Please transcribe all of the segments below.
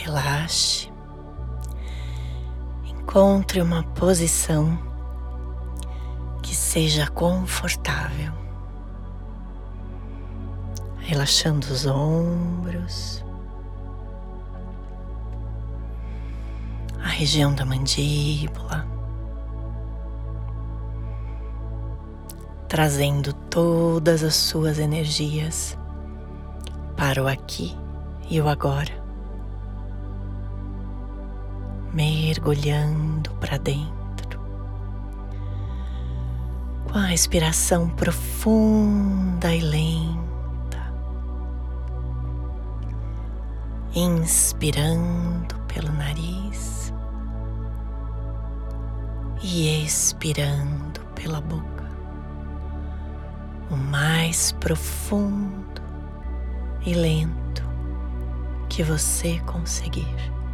Relaxe. Encontre uma posição que seja confortável. Relaxando os ombros, a região da mandíbula, trazendo todas as suas energias para o aqui e o agora. Mergulhando para dentro, com a respiração profunda e lenta, inspirando pelo nariz e expirando pela boca, o mais profundo e lento que você conseguir.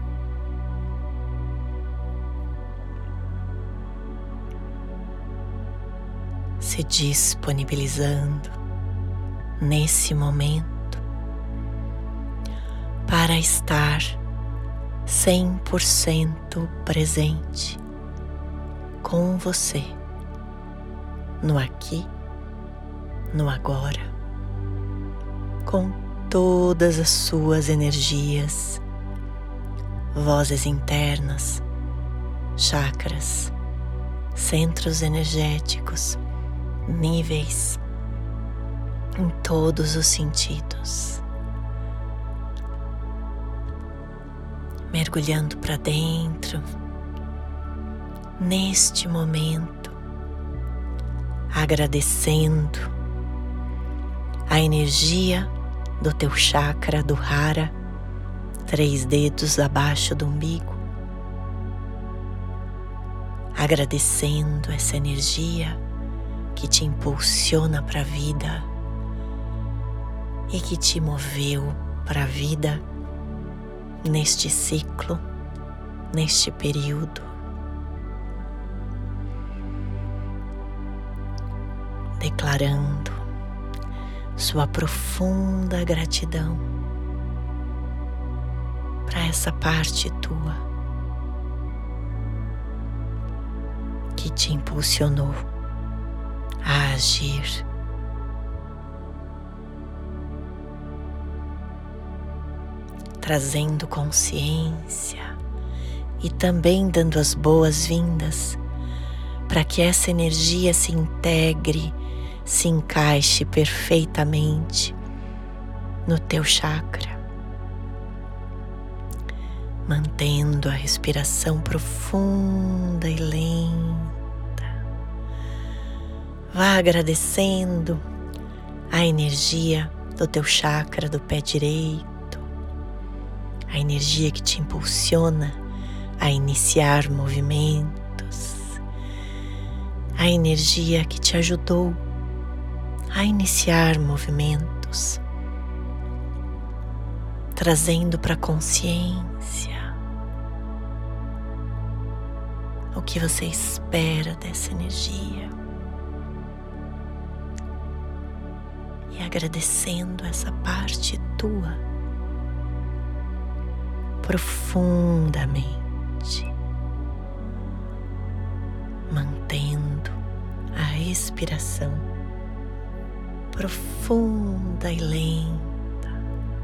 Se disponibilizando nesse momento para estar 100% presente com você, no aqui, no agora, com todas as suas energias, vozes internas, chakras, centros energéticos, níveis em todos os sentidos, mergulhando para dentro neste momento, agradecendo a energia do teu chakra do Hara, 3 dedos abaixo do umbigo, agradecendo essa energia que te impulsiona para a vida e que te moveu para a vida neste ciclo, neste período. Declarando sua profunda gratidão para essa parte tua que te impulsionou a agir, trazendo consciência e também dando as boas-vindas para que essa energia se integre, se encaixe perfeitamente no teu chakra, mantendo a respiração profunda e lenta. Vá agradecendo a energia do teu chakra do pé direito, a energia que te impulsiona a iniciar movimentos, a energia que te ajudou a iniciar movimentos, trazendo para a consciência o que você espera dessa energia. E agradecendo essa parte tua profundamente, mantendo a respiração profunda e lenta.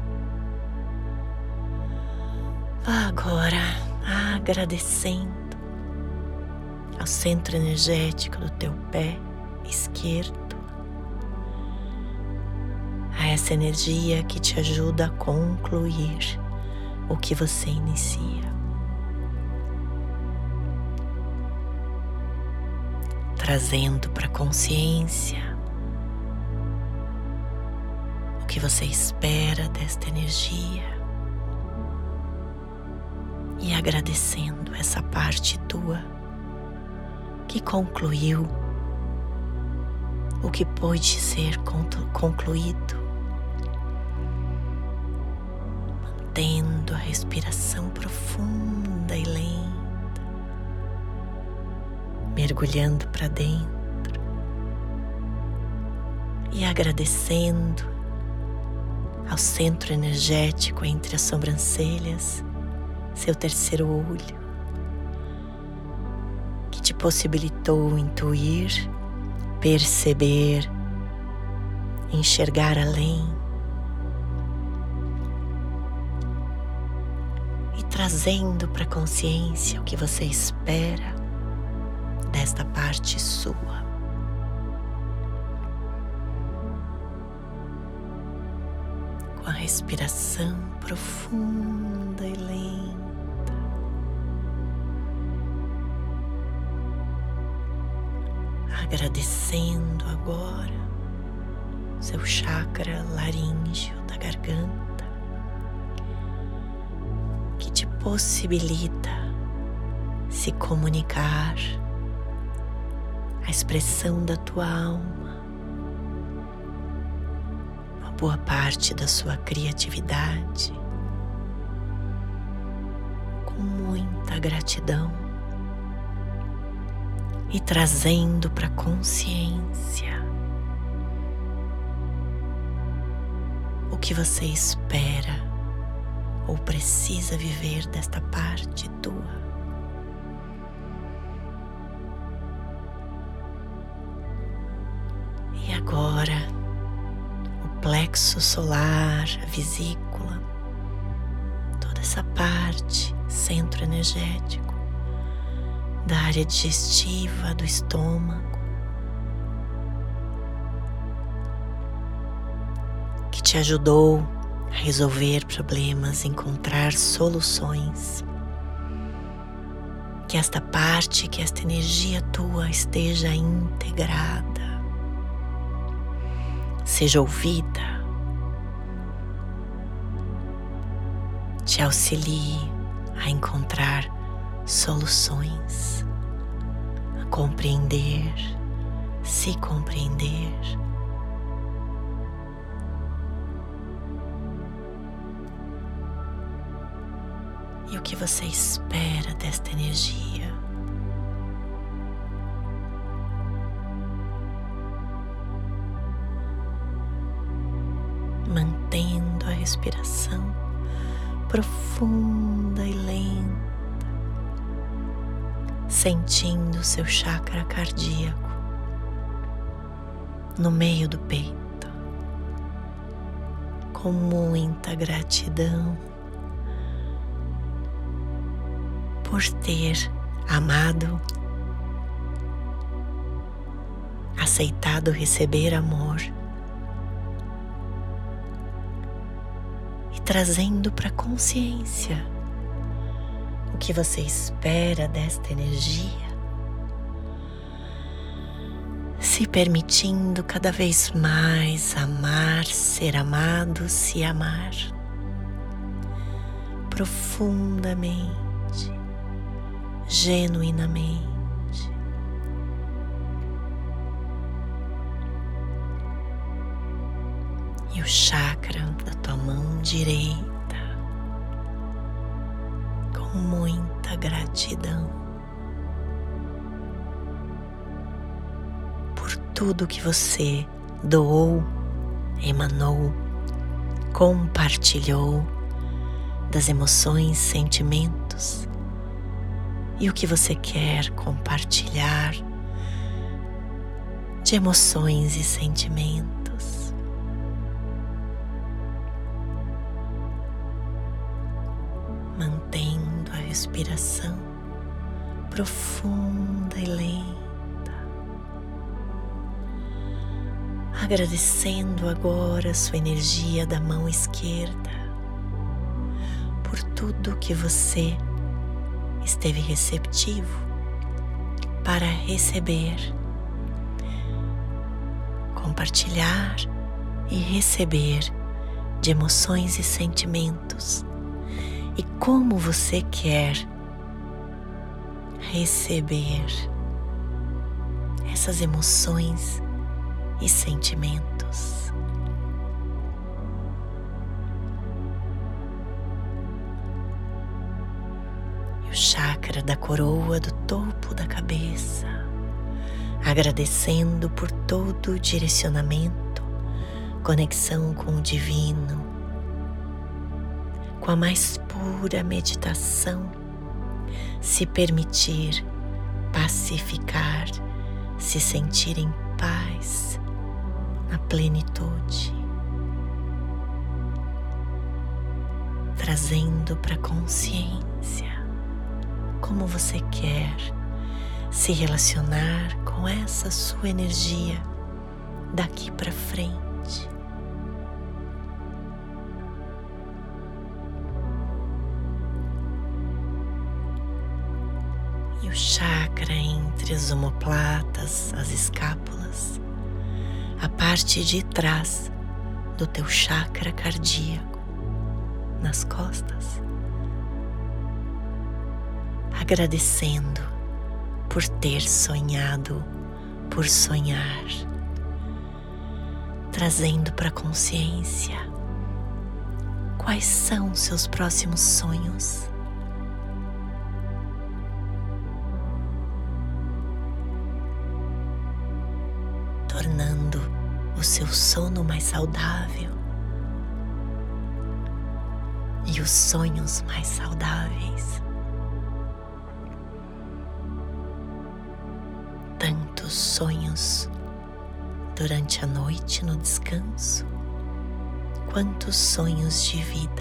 Vá agora agradecendo ao centro energético do teu pé esquerdo, a essa energia que te ajuda a concluir o que você inicia. Trazendo para a consciência o que você espera desta energia e agradecendo essa parte tua que concluiu o que pôde ser concluído, mantendo a respiração profunda e lenta, mergulhando para dentro e agradecendo ao centro energético entre as sobrancelhas, seu terceiro olho, que te possibilitou intuir, perceber, enxergar além e trazendo para a consciência o que você espera desta parte sua. Com a respiração profunda e lenta, agradecendo agora seu chakra laríngeo da garganta, que te possibilita se comunicar, a expressão da tua alma, uma boa parte da sua criatividade, com muita gratidão e trazendo para a consciência o que você espera ou precisa viver desta parte tua. E agora, o plexo solar, a vesícula, toda essa parte, centro energético da área digestiva, do estômago, que te ajudou a resolver problemas, encontrar soluções. Que esta parte, que esta energia tua esteja integrada, seja ouvida, te auxilie a encontrar soluções, a compreender, se compreender. E o que você espera desta energia? Mantendo a respiração profunda e lenta, sentindo seu chakra cardíaco no meio do peito, com muita gratidão por ter amado, aceitado receber amor e trazendo para a consciência o que você espera desta energia, se permitindo cada vez mais amar, ser amado, se amar profundamente, genuinamente. E o chakra da tua mão direita, com muita gratidão por tudo que você doou, emanou, compartilhou das emoções, sentimentos e o que você quer compartilhar de emoções e sentimentos. Mantendo a respiração profunda e lenta, agradecendo agora a sua energia da mão esquerda por tudo que você esteve receptivo para receber, compartilhar e receber de emoções e sentimentos, e como você quer receber essas emoções e sentimentos. E o chakra da coroa do topo da cabeça, agradecendo por todo o direcionamento, conexão com o divino, com a mais pura meditação, se permitir pacificar, se sentir em paz, na plenitude, trazendo para a consciência como você quer se relacionar com essa sua energia daqui para frente. E o chakra entre as omoplatas, as escápulas, a parte de trás do teu chakra cardíaco, nas costas, agradecendo por ter sonhado, por sonhar, trazendo para a consciência quais são seus próximos sonhos. Tornando o seu sono mais saudável e os sonhos mais saudáveis. Tantos sonhos durante a noite no descanso, quantos sonhos de vida.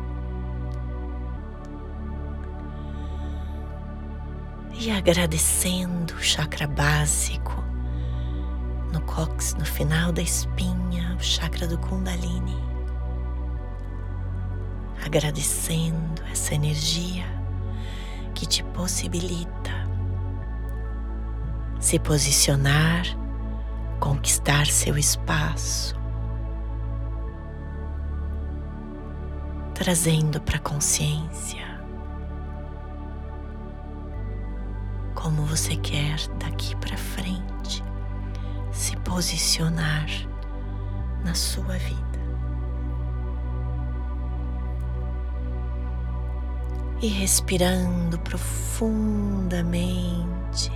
E agradecendo o chakra básico, no cóccix, no final da espinha, o chakra do Kundalini. Agradecendo essa energia que te possibilita se posicionar, conquistar seu espaço, trazendo para a consciência como você quer daqui para frente se posicionar na sua vida. E respirando profundamente,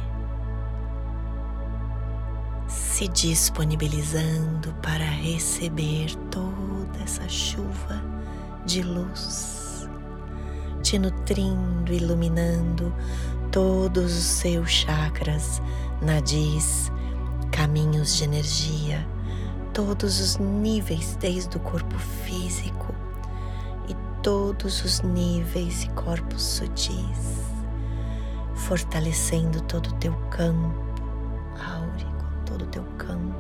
se disponibilizando para receber toda essa chuva de luz, te nutrindo, iluminando todos os seus chakras, nadis, caminhos de energia, todos os níveis, desde o corpo físico e todos os níveis e corpos sutis, fortalecendo todo o teu campo áurico, todo o teu campo.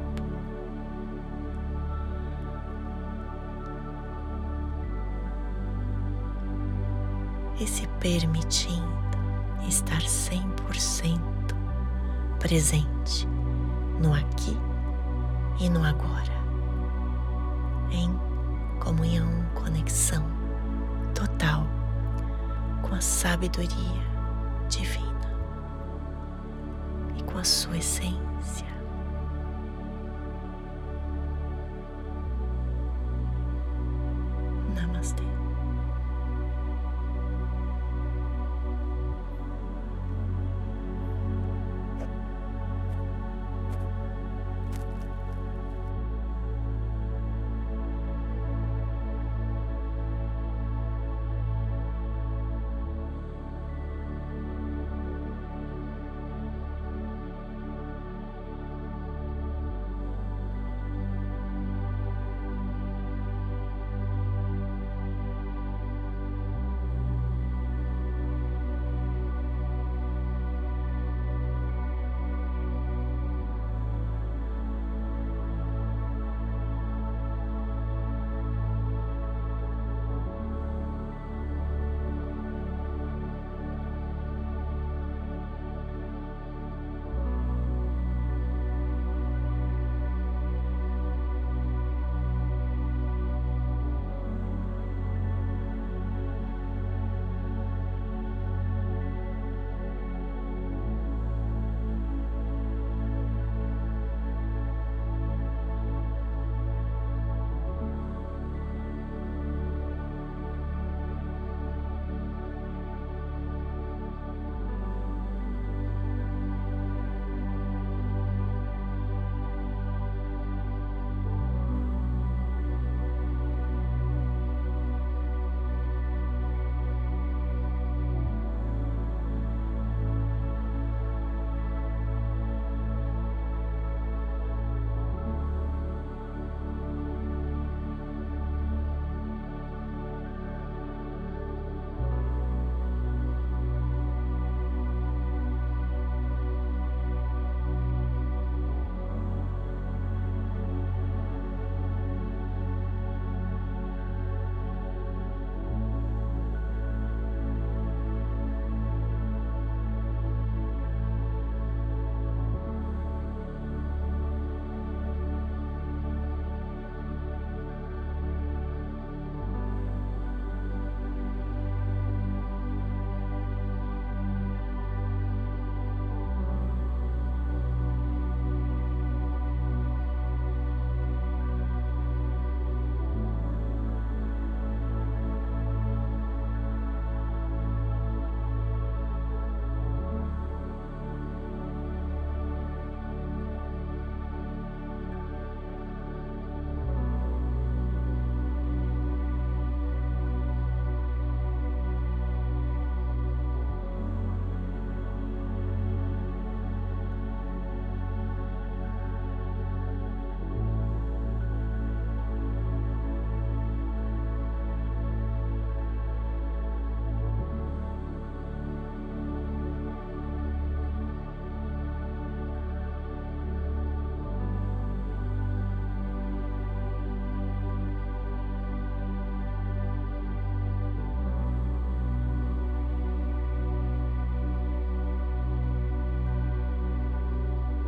E se permitindo estar 100% presente no aqui e no agora, em comunhão, conexão total com a sabedoria divina e com a sua essência. Namastê.